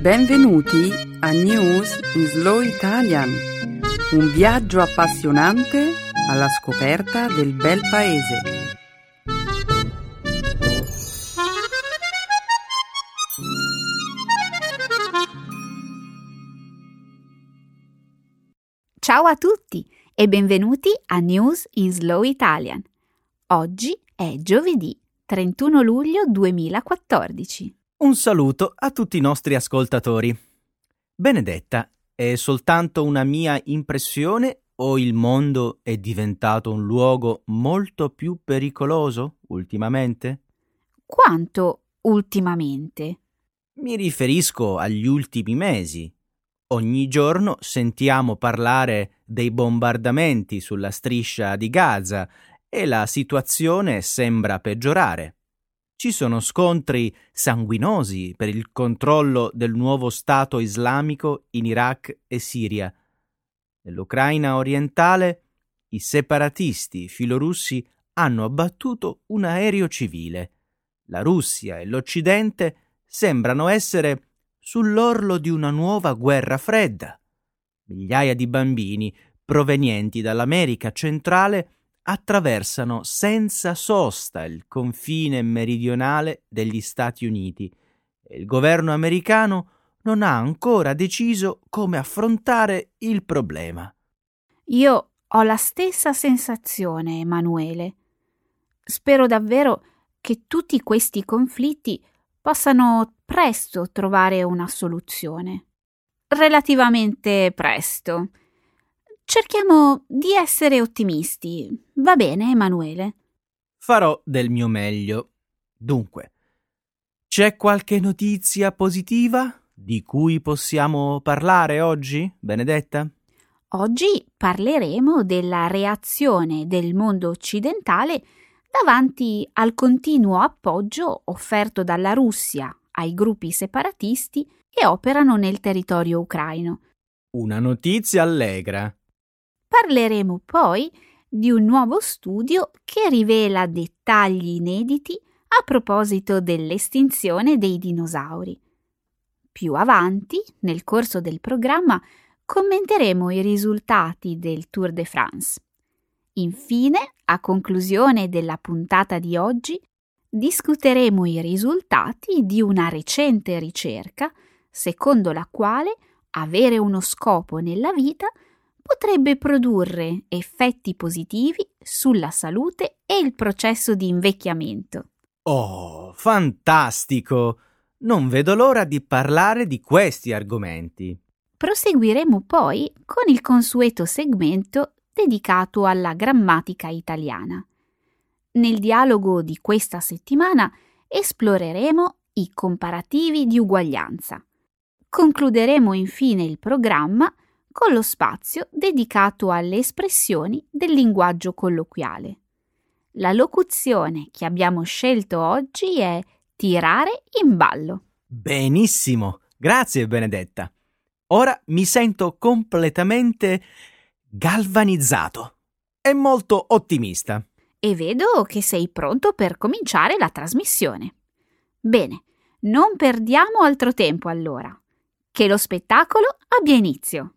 Benvenuti a News in Slow Italian, un viaggio appassionante alla scoperta del bel paese. Ciao a tutti e benvenuti a News in Slow Italian. Oggi è giovedì 31 luglio 2014. Un saluto a tutti i nostri ascoltatori. Benedetta, è soltanto una mia impressione o il mondo è diventato un luogo molto più pericoloso ultimamente? Quanto ultimamente? Mi riferisco agli ultimi mesi. Ogni giorno sentiamo parlare dei bombardamenti sulla striscia di Gaza e la situazione sembra peggiorare. Ci sono scontri sanguinosi per il controllo del nuovo Stato islamico in Iraq e Siria. Nell'Ucraina orientale, i separatisti filorussi hanno abbattuto un aereo civile. La Russia e l'Occidente sembrano essere sull'orlo di una nuova guerra fredda. Migliaia di bambini provenienti dall'America centrale attraversano senza sosta il confine meridionale degli Stati Uniti e il governo americano non ha ancora deciso come affrontare il problema. Io ho la stessa sensazione, Emanuele. Spero davvero che tutti questi conflitti possano presto trovare una soluzione. Relativamente presto. Cerchiamo di essere ottimisti, va bene, Emanuele? Farò del mio meglio. Dunque, c'è qualche notizia positiva di cui possiamo parlare oggi, Benedetta? Oggi parleremo della reazione del mondo occidentale davanti al continuo appoggio offerto dalla Russia ai gruppi separatisti che operano nel territorio ucraino. Una notizia allegra. Parleremo poi di un nuovo studio che rivela dettagli inediti a proposito dell'estinzione dei dinosauri. Più avanti, nel corso del programma, commenteremo i risultati del Tour de France. Infine, a conclusione della puntata di oggi, discuteremo i risultati di una recente ricerca secondo la quale avere uno scopo nella vita potrebbe produrre effetti positivi sulla salute e il processo di invecchiamento. Oh, fantastico! Non vedo l'ora di parlare di questi argomenti. Proseguiremo poi con il consueto segmento dedicato alla grammatica italiana. Nel dialogo di questa settimana esploreremo i comparativi di uguaglianza. Concluderemo infine il programma con lo spazio dedicato alle espressioni del linguaggio colloquiale. La locuzione che abbiamo scelto oggi è tirare in ballo. Benissimo, grazie Benedetta. Ora mi sento completamente galvanizzato e molto ottimista. E vedo che sei pronto per cominciare la trasmissione. Bene, non perdiamo altro tempo allora. Che lo spettacolo abbia inizio.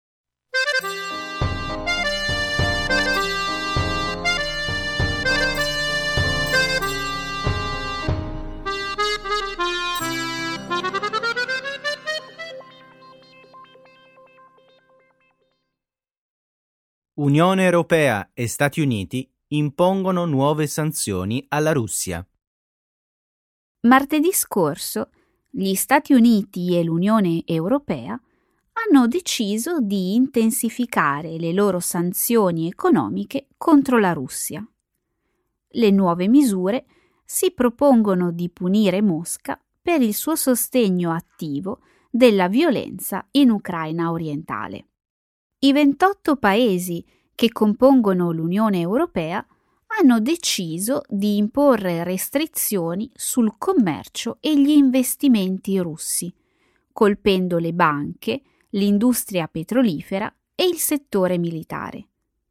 Unione Europea e Stati Uniti impongono nuove sanzioni alla Russia. Martedì scorso, gli Stati Uniti e l'Unione Europea hanno deciso di intensificare le loro sanzioni economiche contro la Russia. Le nuove misure si propongono di punire Mosca per il suo sostegno attivo della violenza in Ucraina orientale. I 28 paesi che compongono l'Unione Europea hanno deciso di imporre restrizioni sul commercio e gli investimenti russi, colpendo le banche, l'industria petrolifera e il settore militare.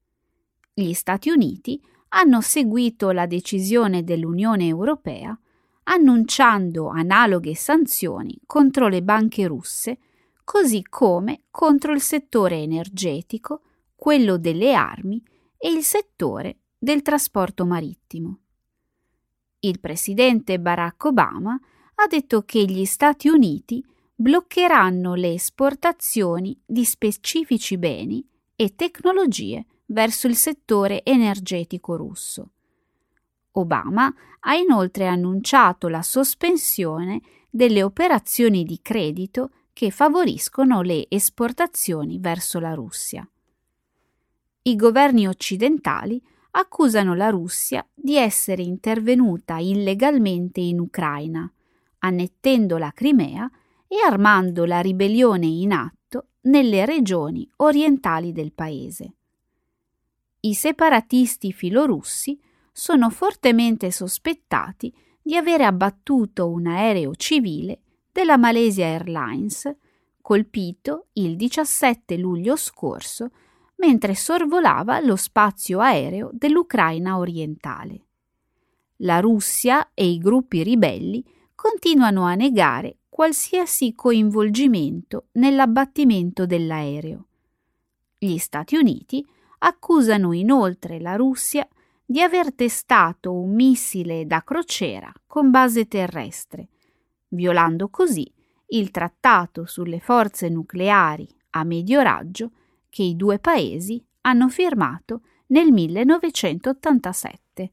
Gli Stati Uniti hanno seguito la decisione dell'Unione Europea annunciando analoghe sanzioni contro le banche russe, così come contro il settore energetico, quello delle armi e il settore del trasporto marittimo. Il presidente Barack Obama ha detto che gli Stati Uniti bloccheranno le esportazioni di specifici beni e tecnologie verso il settore energetico russo. Obama ha inoltre annunciato la sospensione delle operazioni di credito che favoriscono le esportazioni verso la Russia. I governi occidentali accusano la Russia di essere intervenuta illegalmente in Ucraina, annettendo la Crimea e armando la ribellione in atto nelle regioni orientali del paese. I separatisti filorussi sono fortemente sospettati di avere abbattuto un aereo civile della Malaysia Airlines, colpito il 17 luglio scorso mentre sorvolava lo spazio aereo dell'Ucraina orientale. La Russia e i gruppi ribelli continuano a negare qualsiasi coinvolgimento nell'abbattimento dell'aereo. Gli Stati Uniti accusano inoltre la Russia di aver testato un missile da crociera con base terrestre, violando così il trattato sulle forze nucleari a medio raggio che i due paesi hanno firmato nel 1987.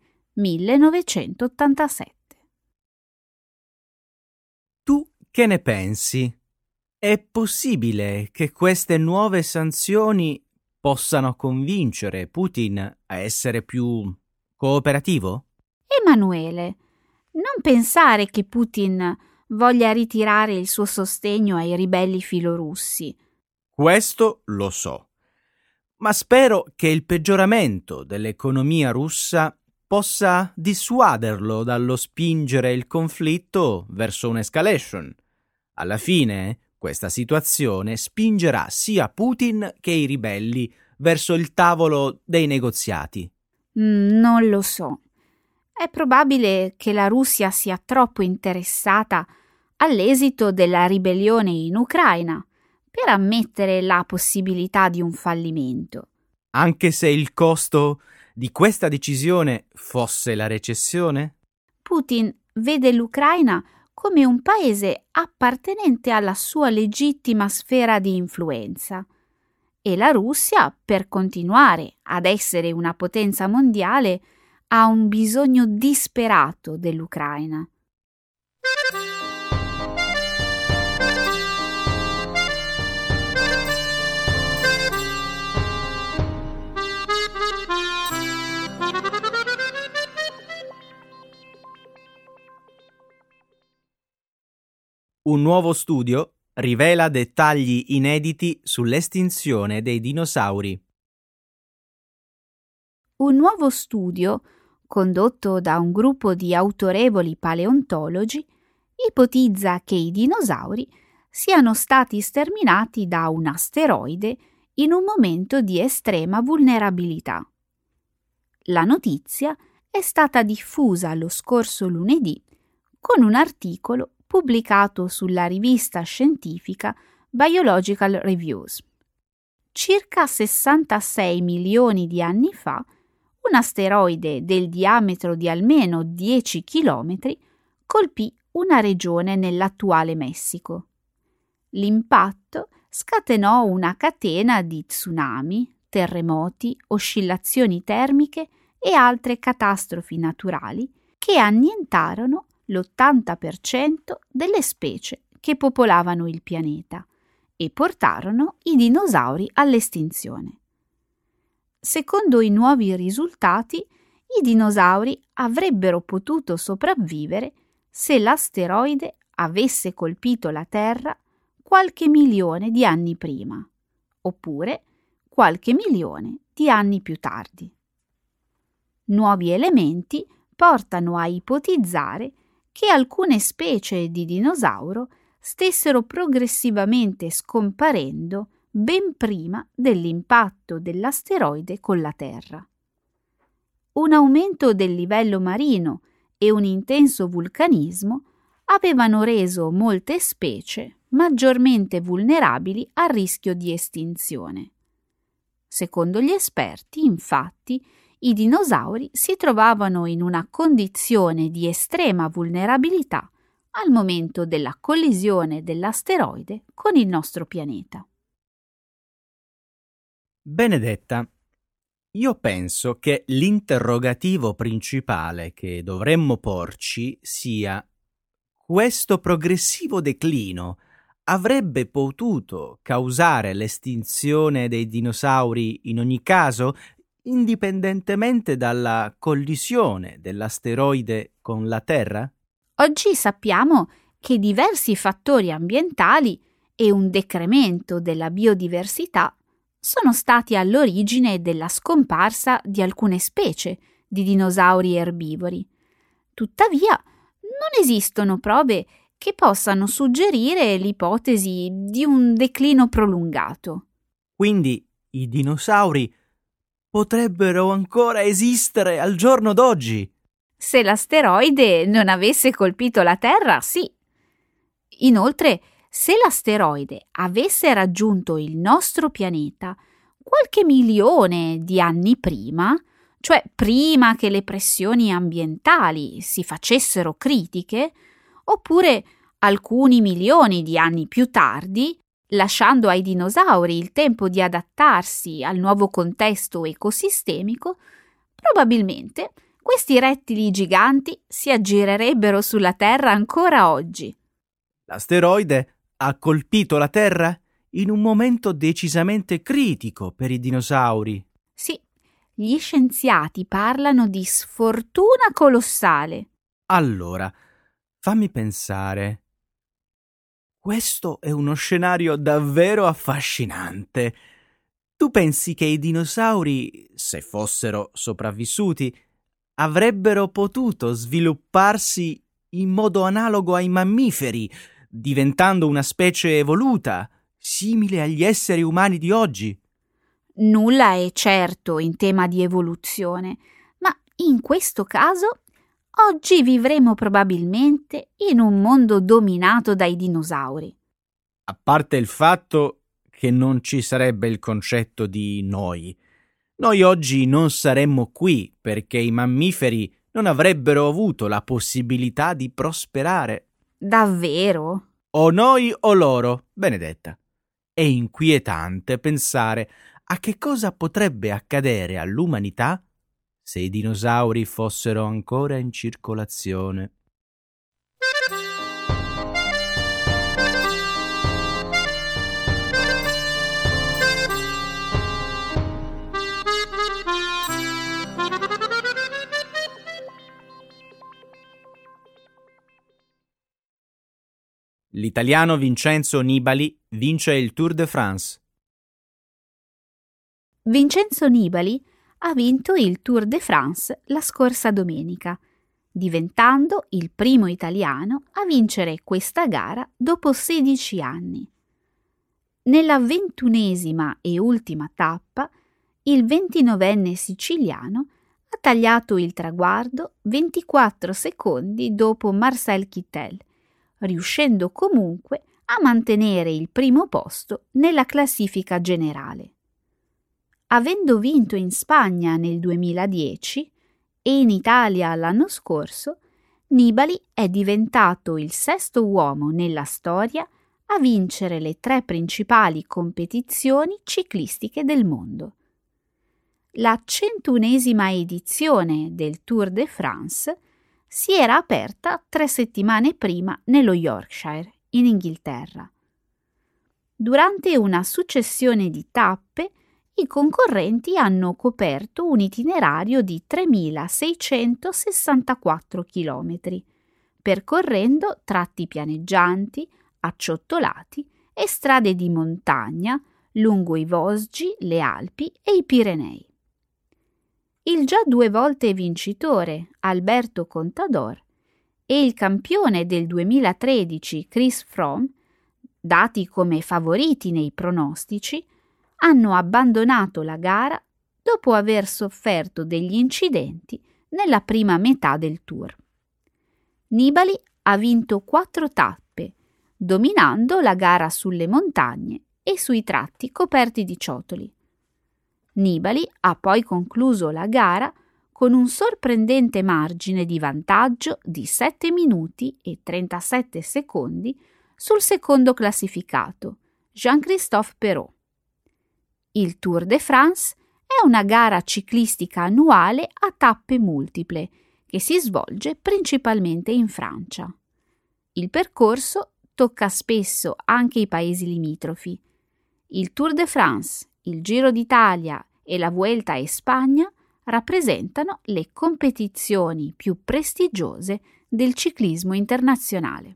Tu che ne pensi? È possibile che queste nuove sanzioni possano convincere Putin a essere più cooperativo? Emanuele, non pensare che Putin voglia ritirare il suo sostegno ai ribelli filorussi. Questo lo so, ma spero che il peggioramento dell'economia russa possa dissuaderlo dallo spingere il conflitto verso un'escalation. Alla fine, questa situazione spingerà sia Putin che i ribelli verso il tavolo dei negoziati. Non lo so. È probabile che la Russia sia troppo interessata all'esito della ribellione in Ucraina per ammettere la possibilità di un fallimento. Anche se il costo di questa decisione fosse la recessione? Putin vede l'Ucraina come un paese appartenente alla sua legittima sfera di influenza e la Russia, per continuare ad essere una potenza mondiale, ha un bisogno disperato dell'Ucraina. Un nuovo studio rivela dettagli inediti sull'estinzione dei dinosauri. Un nuovo studio, condotto da un gruppo di autorevoli paleontologi, ipotizza che i dinosauri siano stati sterminati da un asteroide in un momento di estrema vulnerabilità. La notizia è stata diffusa lo scorso lunedì con un articolo pubblicato sulla rivista scientifica Biological Reviews. Circa 66 milioni di anni fa, un asteroide del diametro di almeno 10 chilometri colpì una regione nell'attuale Messico. L'impatto scatenò una catena di tsunami, terremoti, oscillazioni termiche e altre catastrofi naturali che annientarono l'80% delle specie che popolavano il pianeta e portarono i dinosauri all'estinzione. Secondo i nuovi risultati, i dinosauri avrebbero potuto sopravvivere se l'asteroide avesse colpito la Terra qualche milione di anni prima, oppure qualche milione di anni più tardi. Nuovi elementi portano a ipotizzare che alcune specie di dinosauro stessero progressivamente scomparendo ben prima dell'impatto dell'asteroide con la Terra. Un aumento del livello marino e un intenso vulcanismo avevano reso molte specie maggiormente vulnerabili al rischio di estinzione. Secondo gli esperti, infatti, i dinosauri si trovavano in una condizione di estrema vulnerabilità al momento della collisione dell'asteroide con il nostro pianeta. Benedetta, io penso che l'interrogativo principale che dovremmo porci sia: questo progressivo declino avrebbe potuto causare l'estinzione dei dinosauri in ogni caso, indipendentemente dalla collisione dell'asteroide con la Terra? Oggi sappiamo che diversi fattori ambientali e un decremento della biodiversità sono stati all'origine della scomparsa di alcune specie di dinosauri erbivori. Tuttavia, non esistono prove che possano suggerire l'ipotesi di un declino prolungato. Quindi i dinosauri potrebbero ancora esistere al giorno d'oggi? Se l'asteroide non avesse colpito la Terra, sì. Inoltre, se l'asteroide avesse raggiunto il nostro pianeta qualche milione di anni prima, cioè prima che le pressioni ambientali si facessero critiche, oppure alcuni milioni di anni più tardi, lasciando ai dinosauri il tempo di adattarsi al nuovo contesto ecosistemico, probabilmente questi rettili giganti si aggirerebbero sulla Terra ancora oggi. L'asteroide ha colpito la Terra in un momento decisamente critico per i dinosauri. Sì, gli scienziati parlano di sfortuna colossale. Allora, fammi pensare. Questo è uno scenario davvero affascinante. Tu pensi che i dinosauri, se fossero sopravvissuti, avrebbero potuto svilupparsi in modo analogo ai mammiferi, diventando una specie evoluta, simile agli esseri umani di oggi? Nulla è certo in tema di evoluzione, ma in questo caso oggi vivremo probabilmente in un mondo dominato dai dinosauri. A parte il fatto che non ci sarebbe il concetto di noi. Noi oggi non saremmo qui perché i mammiferi non avrebbero avuto la possibilità di prosperare. Davvero? O noi o loro, Benedetta. È inquietante pensare a che cosa potrebbe accadere all'umanità se i dinosauri fossero ancora in circolazione. L'italiano Vincenzo Nibali vince il Tour de France. Vincenzo Nibali ha vinto il Tour de France la scorsa domenica, diventando il primo italiano a vincere questa gara dopo 16 anni. Nella 21ª e ultima tappa, il 29enne siciliano ha tagliato il traguardo 24 secondi dopo Marcel Kittel, riuscendo comunque a mantenere il primo posto nella classifica generale. Avendo vinto in Spagna nel 2010 e in Italia l'anno scorso, Nibali è diventato il sesto uomo nella storia a vincere le 3 principali competizioni ciclistiche del mondo. La 101ª edizione del Tour de France si era aperta 3 settimane prima nello Yorkshire, in Inghilterra. Durante una successione di tappe, i concorrenti hanno coperto un itinerario di 3.664 chilometri, percorrendo tratti pianeggianti, acciottolati e strade di montagna lungo i Vosgi, le Alpi e i Pirenei. Il già 2 volte vincitore Alberto Contador e il campione del 2013 Chris Froome, dati come favoriti nei pronostici, hanno abbandonato la gara dopo aver sofferto degli incidenti nella prima metà del Tour. Nibali ha vinto 4 tappe, dominando la gara sulle montagne e sui tratti coperti di ciottoli. Nibali ha poi concluso la gara con un sorprendente margine di vantaggio di 7 minuti e 37 secondi sul secondo classificato, Jean-Christophe Perrault. Il Tour de France è una gara ciclistica annuale a tappe multiple che si svolge principalmente in Francia. Il percorso tocca spesso anche i paesi limitrofi. Il Tour de France, il Giro d'Italia e la Vuelta a Spagna rappresentano le competizioni più prestigiose del ciclismo internazionale.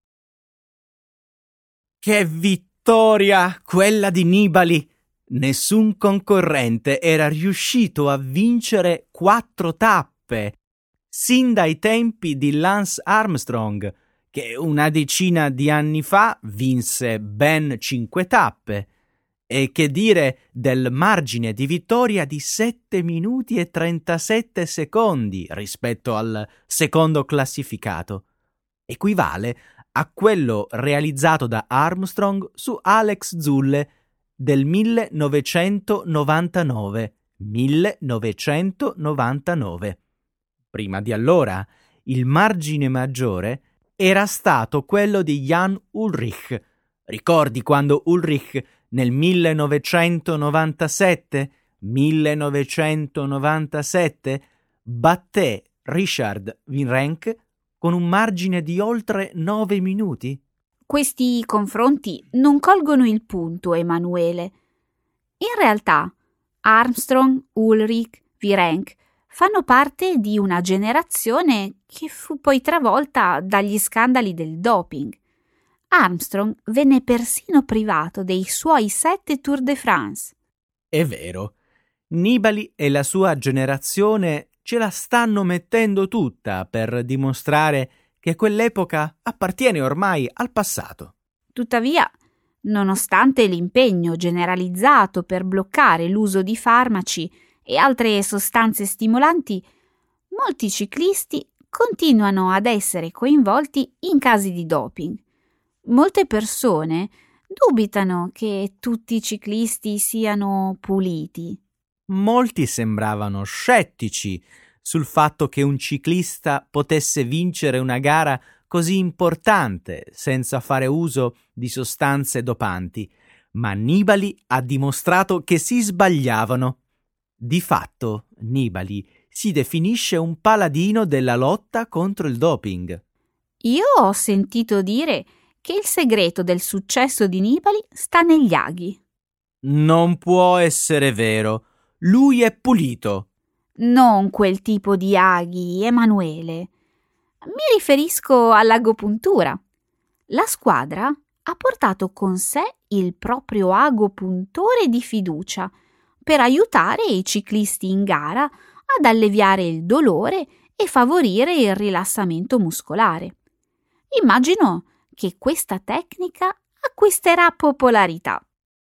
Che vittoria quella di Nibali! Nessun concorrente era riuscito a vincere 4 tappe, sin dai tempi di Lance Armstrong, che una decina di anni fa vinse ben 5 tappe. E che dire del margine di vittoria di 7 minuti e 37 secondi rispetto al secondo classificato. Equivale a quello realizzato da Armstrong su Alex Zülle del 1999. Prima di allora, il margine maggiore era stato quello di Jan Ullrich. Ricordi quando Ullrich nel 1997 batté Richard Virenque con un margine di oltre 9 minuti? Questi confronti non colgono il punto, Emanuele. In realtà, Armstrong, Ullrich, Virenque fanno parte di una generazione che fu poi travolta dagli scandali del doping. Armstrong venne persino privato dei suoi 7 Tour de France. È vero, Nibali e la sua generazione ce la stanno mettendo tutta per dimostrare che quell'epoca appartiene ormai al passato. Tuttavia, nonostante l'impegno generalizzato per bloccare l'uso di farmaci e altre sostanze stimolanti, molti ciclisti continuano ad essere coinvolti in casi di doping. Molte persone dubitano che tutti i ciclisti siano puliti. Molti sembravano scettici sul fatto che un ciclista potesse vincere una gara così importante senza fare uso di sostanze dopanti, ma Nibali ha dimostrato che si sbagliavano. Di fatto, Nibali si definisce un paladino della lotta contro il doping. Io ho sentito dire che il segreto del successo di Nibali sta negli aghi. Non può essere vero. Lui è pulito. Non quel tipo di aghi, Emanuele. Mi riferisco all'agopuntura. La squadra ha portato con sé il proprio agopuntore di fiducia per aiutare i ciclisti in gara ad alleviare il dolore e favorire il rilassamento muscolare. Immagino che questa tecnica acquisterà popolarità.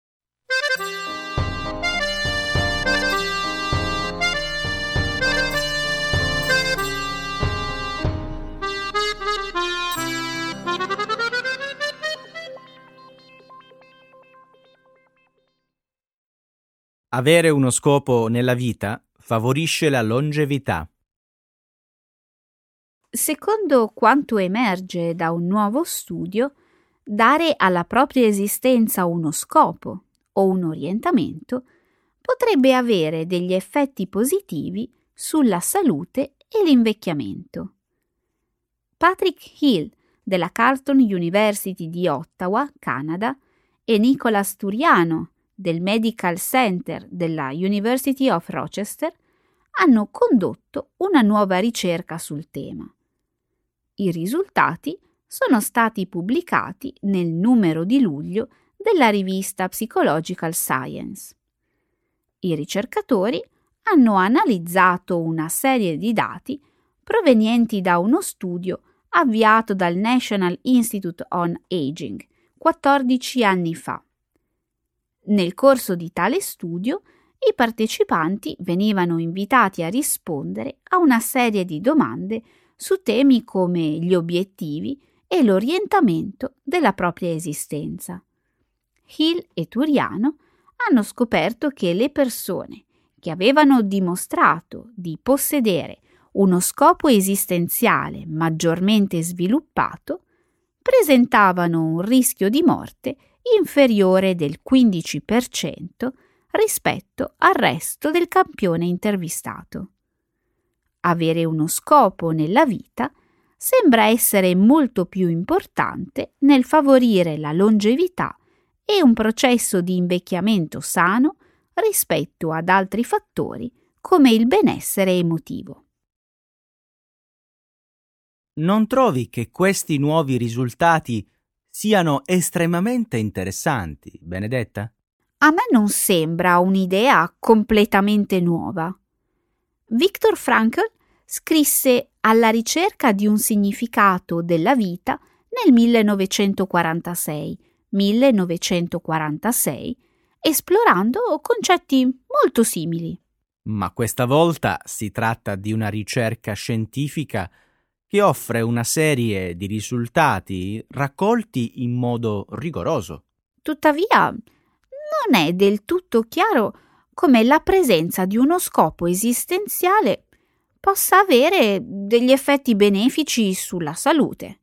Avere uno scopo nella vita favorisce la longevità. Secondo quanto emerge da un nuovo studio, dare alla propria esistenza uno scopo o un orientamento potrebbe avere degli effetti positivi sulla salute e l'invecchiamento. Patrick Hill della Carleton University di Ottawa, Canada, e Nicolas Turiano del Medical Center della University of Rochester hanno condotto una nuova ricerca sul tema. I risultati sono stati pubblicati nel numero di luglio della rivista Psychological Science. I ricercatori hanno analizzato una serie di dati provenienti da uno studio avviato dal National Institute on Aging 14 anni fa. Nel corso di tale studio, i partecipanti venivano invitati a rispondere a una serie di domande su temi come gli obiettivi e l'orientamento della propria esistenza. Hill e Turiano hanno scoperto che le persone che avevano dimostrato di possedere uno scopo esistenziale maggiormente sviluppato presentavano un rischio di morte inferiore del 15% rispetto al resto del campione intervistato. Avere uno scopo nella vita sembra essere molto più importante nel favorire la longevità e un processo di invecchiamento sano rispetto ad altri fattori come il benessere emotivo. Non trovi che questi nuovi risultati siano estremamente interessanti, Benedetta? A me non sembra un'idea completamente nuova. Viktor Frankl scrisse Alla ricerca di un significato della vita nel 1946, esplorando concetti molto simili. Ma questa volta si tratta di una ricerca scientifica che offre una serie di risultati raccolti in modo rigoroso. Tuttavia, non è del tutto chiaro come la presenza di uno scopo esistenziale possa avere degli effetti benefici sulla salute.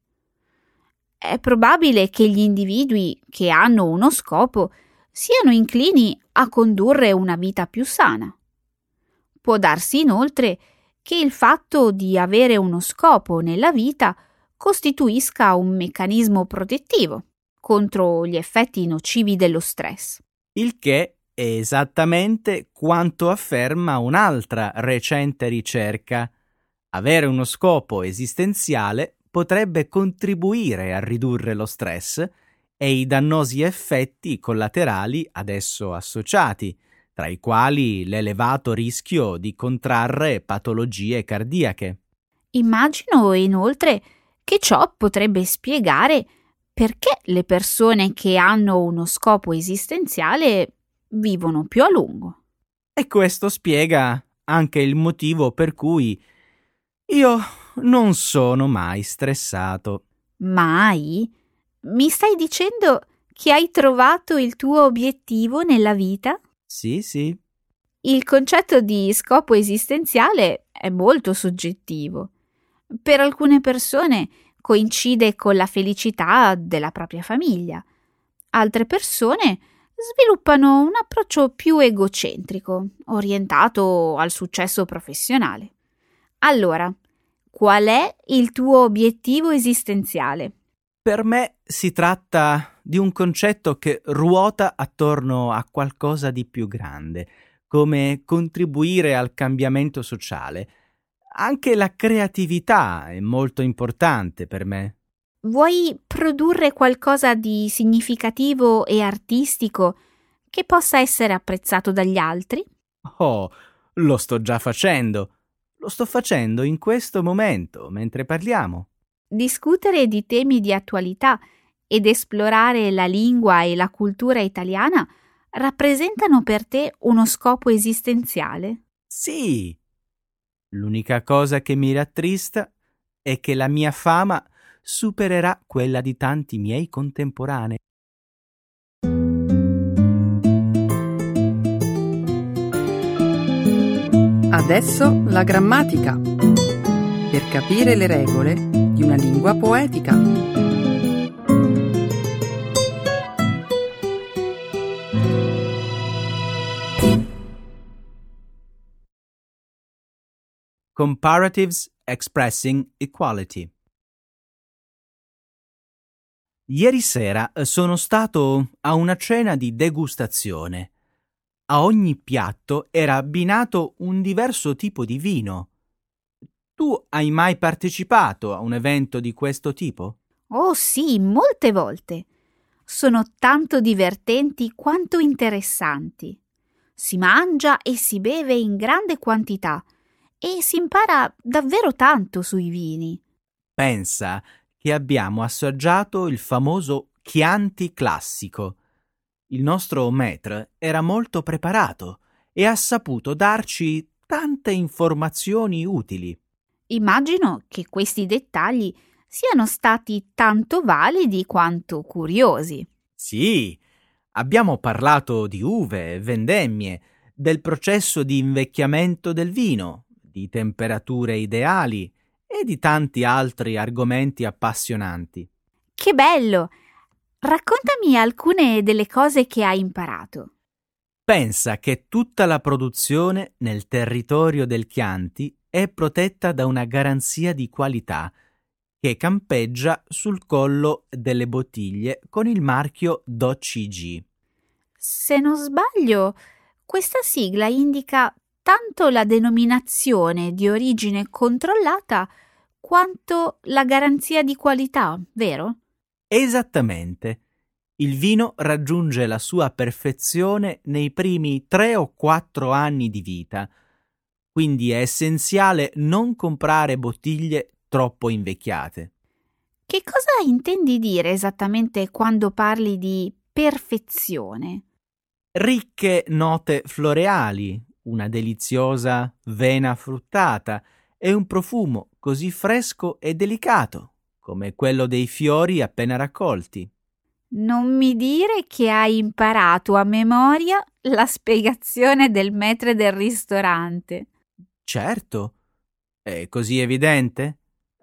È probabile che gli individui che hanno uno scopo siano inclini a condurre una vita più sana. Può darsi inoltre che il fatto di avere uno scopo nella vita costituisca un meccanismo protettivo contro gli effetti nocivi dello stress. Il che è esattamente quanto afferma un'altra recente ricerca. Avere uno scopo esistenziale potrebbe contribuire a ridurre lo stress e i dannosi effetti collaterali ad esso associati, tra i quali l'elevato rischio di contrarre patologie cardiache. Immagino inoltre che ciò potrebbe spiegare perché le persone che hanno uno scopo esistenziale vivono più a lungo. E questo spiega anche il motivo per cui io non sono mai stressato. Mai? Mi stai dicendo che hai trovato il tuo obiettivo nella vita? Sì. Il concetto di scopo esistenziale è molto soggettivo. Per alcune persone coincide con la felicità della propria famiglia. Altre persone sviluppano un approccio più egocentrico, orientato al successo professionale. Allora, qual è il tuo obiettivo esistenziale? Per me si tratta di un concetto che ruota attorno a qualcosa di più grande, come contribuire al cambiamento sociale. Anche la creatività è molto importante per me. Vuoi produrre qualcosa di significativo e artistico che possa essere apprezzato dagli altri? Oh, lo sto già facendo. Lo sto facendo in questo momento, mentre parliamo. Discutere di temi di attualità ed esplorare la lingua e la cultura italiana rappresentano per te uno scopo esistenziale? Sì. L'unica cosa che mi rattrista è che la mia fama supererà quella di tanti miei contemporanei. Adesso la grammatica, per capire le regole di una lingua poetica. Comparatives expressing equality. Ieri sera sono stato a una cena di degustazione. A ogni piatto era abbinato un diverso tipo di vino. Tu hai mai partecipato a un evento di questo tipo? Oh sì, molte volte. Sono tanto divertenti quanto interessanti. Si mangia e si beve in grande quantità e si impara davvero tanto sui vini. Pensa che abbiamo assaggiato il famoso Chianti classico. Il nostro maître era molto preparato e ha saputo darci tante informazioni utili. Immagino che questi dettagli siano stati tanto validi quanto curiosi. Sì, abbiamo parlato di uve, vendemmie, del processo di invecchiamento del vino, di temperature ideali e di tanti altri argomenti appassionanti. Che bello! Raccontami alcune delle cose che hai imparato. Pensa che tutta la produzione nel territorio del Chianti è protetta da una garanzia di qualità che campeggia sul collo delle bottiglie con il marchio DOCG. Se non sbaglio, questa sigla indica tanto la denominazione di origine controllata quanto la garanzia di qualità, vero? Esattamente. Il vino raggiunge la sua perfezione nei primi 3 o 4 anni di vita, quindi è essenziale non comprare bottiglie troppo invecchiate. Che cosa intendi dire esattamente quando parli di perfezione? Ricche note floreali, una deliziosa vena fruttata e un profumo così fresco e delicato, come quello dei fiori appena raccolti. Non mi dire che hai imparato a memoria la spiegazione del maître del ristorante. Certo, è così evidente.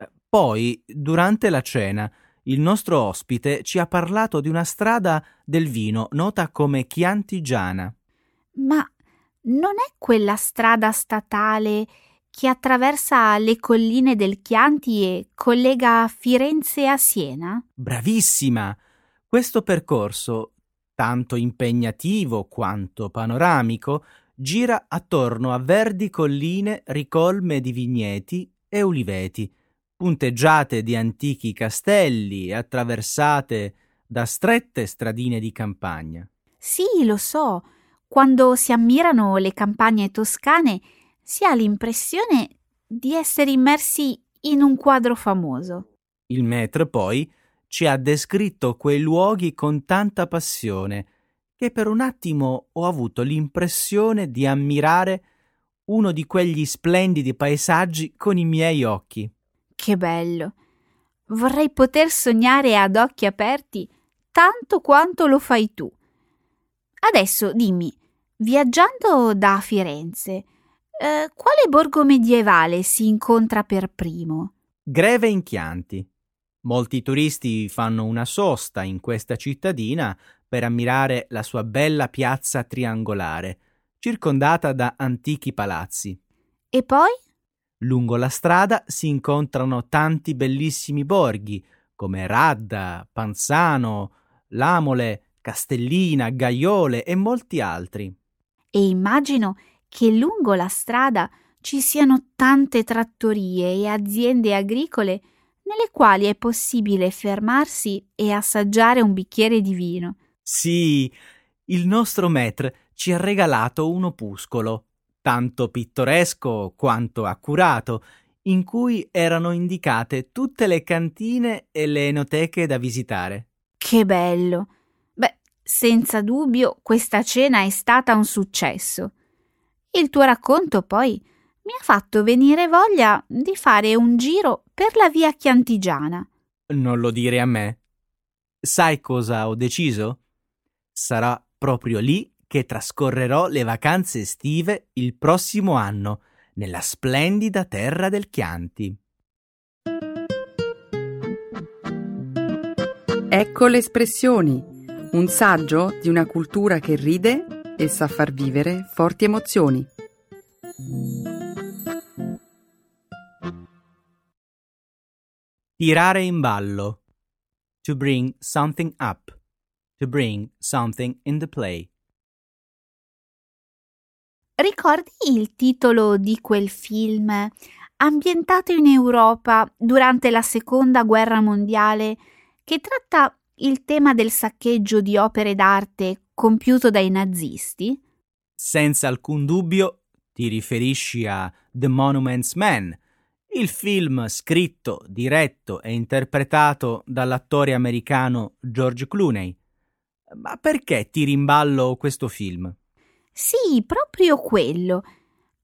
Poi, durante la cena, il nostro ospite ci ha parlato di una strada del vino nota come Chiantigiana. Ma non è quella strada statale che attraversa le colline del Chianti e collega Firenze a Siena? Bravissima! Questo percorso, tanto impegnativo quanto panoramico, gira attorno a verdi colline ricolme di vigneti e uliveti, punteggiate di antichi castelli e attraversate da strette stradine di campagna. Sì, lo so. Quando si ammirano le campagne toscane si ha l'impressione di essere immersi in un quadro famoso. Il maître poi ci ha descritto quei luoghi con tanta passione che per un attimo ho avuto l'impressione di ammirare uno di quegli splendidi paesaggi con i miei occhi. Che bello! Vorrei poter sognare ad occhi aperti tanto quanto lo fai tu. Adesso dimmi, viaggiando da Firenze, quale borgo medievale si incontra per primo? Greve in Chianti. Molti turisti fanno una sosta in questa cittadina per ammirare la sua bella piazza triangolare, circondata da antichi palazzi. E poi? Lungo la strada si incontrano tanti bellissimi borghi, come Radda, Panzano, Lamole, Castellina, Gaiole e molti altri. E immagino che lungo la strada ci siano tante trattorie e aziende agricole nelle quali è possibile fermarsi e assaggiare un bicchiere di vino. Sì, il nostro maître ci ha regalato un opuscolo, tanto pittoresco quanto accurato, in cui erano indicate tutte le cantine e le enoteche da visitare. Che bello! Beh, senza dubbio questa cena è stata un successo. Il tuo racconto poi mi ha fatto venire voglia di fare un giro per la via Chiantigiana. Non lo dire a me. Sai cosa ho deciso? Sarà proprio lì che trascorrerò le vacanze estive il prossimo anno, nella splendida terra del Chianti. Ecco le espressioni, un saggio di una cultura che ride e sa far vivere forti emozioni. Tirare in ballo. To bring something up. To bring something in the play. Ricordi il titolo di quel film ambientato in Europa durante la Seconda Guerra Mondiale che tratta il tema del saccheggio di opere d'arte compiuto dai nazisti? Senza alcun dubbio ti riferisci a The Monuments Men, il film scritto, diretto e interpretato dall'attore americano George Clooney. Ma perché tiri in ballo questo film? Sì, proprio quello.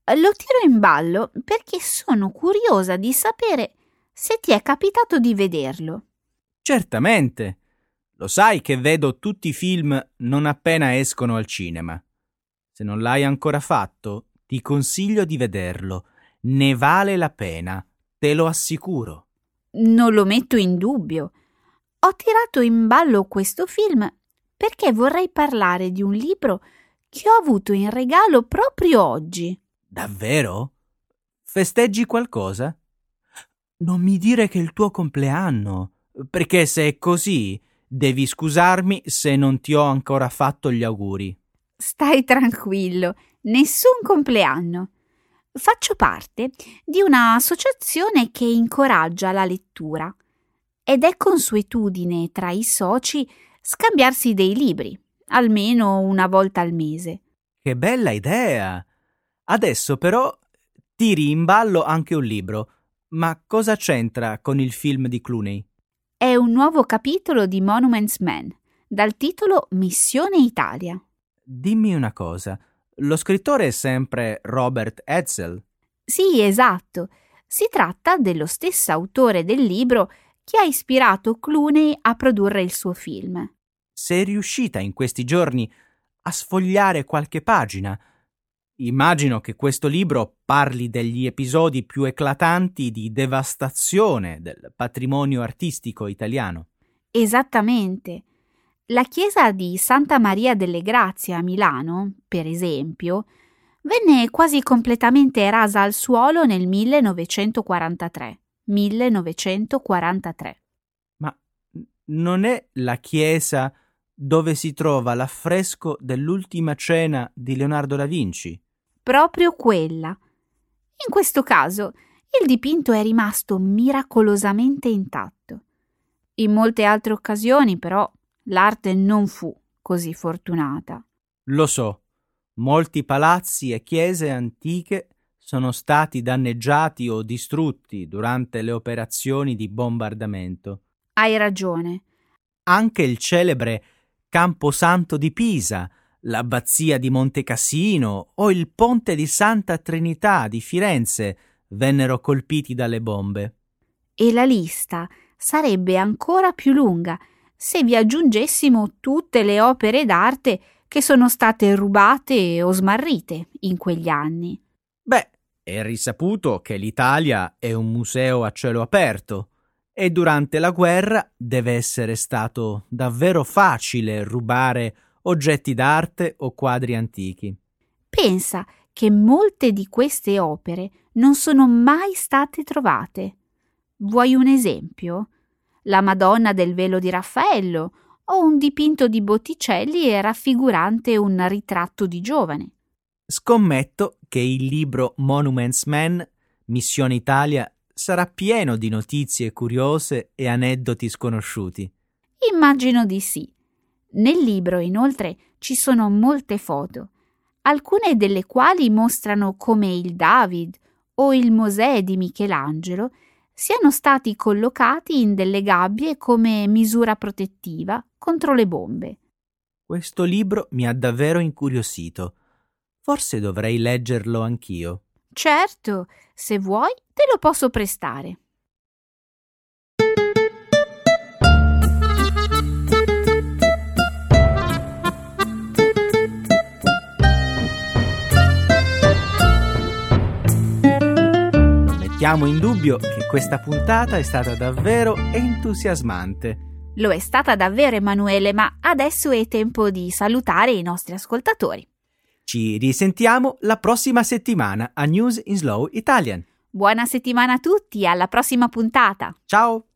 Lo tiro in ballo perché sono curiosa di sapere se ti è capitato di vederlo. Certamente. Lo sai che vedo tutti i film non appena escono al cinema. Se non l'hai ancora fatto, ti consiglio di vederlo. Ne vale la pena, te lo assicuro. Non lo metto in dubbio. Ho tirato in ballo questo film perché vorrei parlare di un libro che ho avuto in regalo proprio oggi. Davvero? Festeggi qualcosa? Non mi dire che è il tuo compleanno, perché se è così, devi scusarmi se non ti ho ancora fatto gli auguri. Stai tranquillo, nessun compleanno. Faccio parte di un'associazione che incoraggia la lettura ed è consuetudine tra i soci scambiarsi dei libri, almeno una volta al mese. Che bella idea! Adesso però tiri in ballo anche un libro. Ma cosa c'entra con il film di Clooney? È un nuovo capitolo di Monuments Men, dal titolo Missione Italia. Dimmi una cosa, lo scrittore è sempre Robert Edsel? Sì, esatto. Si tratta dello stesso autore del libro che ha ispirato Clooney a produrre il suo film. Sei riuscita in questi giorni a sfogliare qualche pagina? Immagino che questo libro parli degli episodi più eclatanti di devastazione del patrimonio artistico italiano. Esattamente. La chiesa di Santa Maria delle Grazie a Milano, per esempio, venne quasi completamente rasa al suolo nel 1943. Ma non è la chiesa dove si trova l'affresco dell'Ultima Cena di Leonardo da Vinci? Proprio quella. In questo caso, il dipinto è rimasto miracolosamente intatto. In molte altre occasioni, però, l'arte non fu così fortunata. Lo so, molti palazzi e chiese antiche sono stati danneggiati o distrutti durante le operazioni di bombardamento. Hai ragione. Anche il celebre Camposanto di Pisa, l'abbazia di Monte Cassino o il ponte di Santa Trinità di Firenze vennero colpiti dalle bombe. E la lista sarebbe ancora più lunga se vi aggiungessimo tutte le opere d'arte che sono state rubate o smarrite in quegli anni. Beh, è risaputo che l'Italia è un museo a cielo aperto e durante la guerra deve essere stato davvero facile rubare oggetti d'arte o quadri antichi. Pensa che molte di queste opere non sono mai state trovate. Vuoi un esempio? La Madonna del Velo di Raffaello o un dipinto di Botticelli raffigurante un ritratto di giovane. Scommetto che il libro Monuments Men, Missione Italia, sarà pieno di notizie curiose e aneddoti sconosciuti. Immagino di sì. Nel libro, inoltre, ci sono molte foto, alcune delle quali mostrano come il David o il Mosè di Michelangelo siano stati collocati in delle gabbie come misura protettiva contro le bombe. Questo libro mi ha davvero incuriosito. Forse dovrei leggerlo anch'io. Certo, se vuoi te lo posso prestare. Mettiamo in dubbio che questa puntata è stata davvero entusiasmante. Lo è stata davvero, Emanuele, ma adesso è tempo di salutare i nostri ascoltatori. Ci risentiamo la prossima settimana a News in Slow Italian. Buona settimana a tutti, alla prossima puntata. Ciao!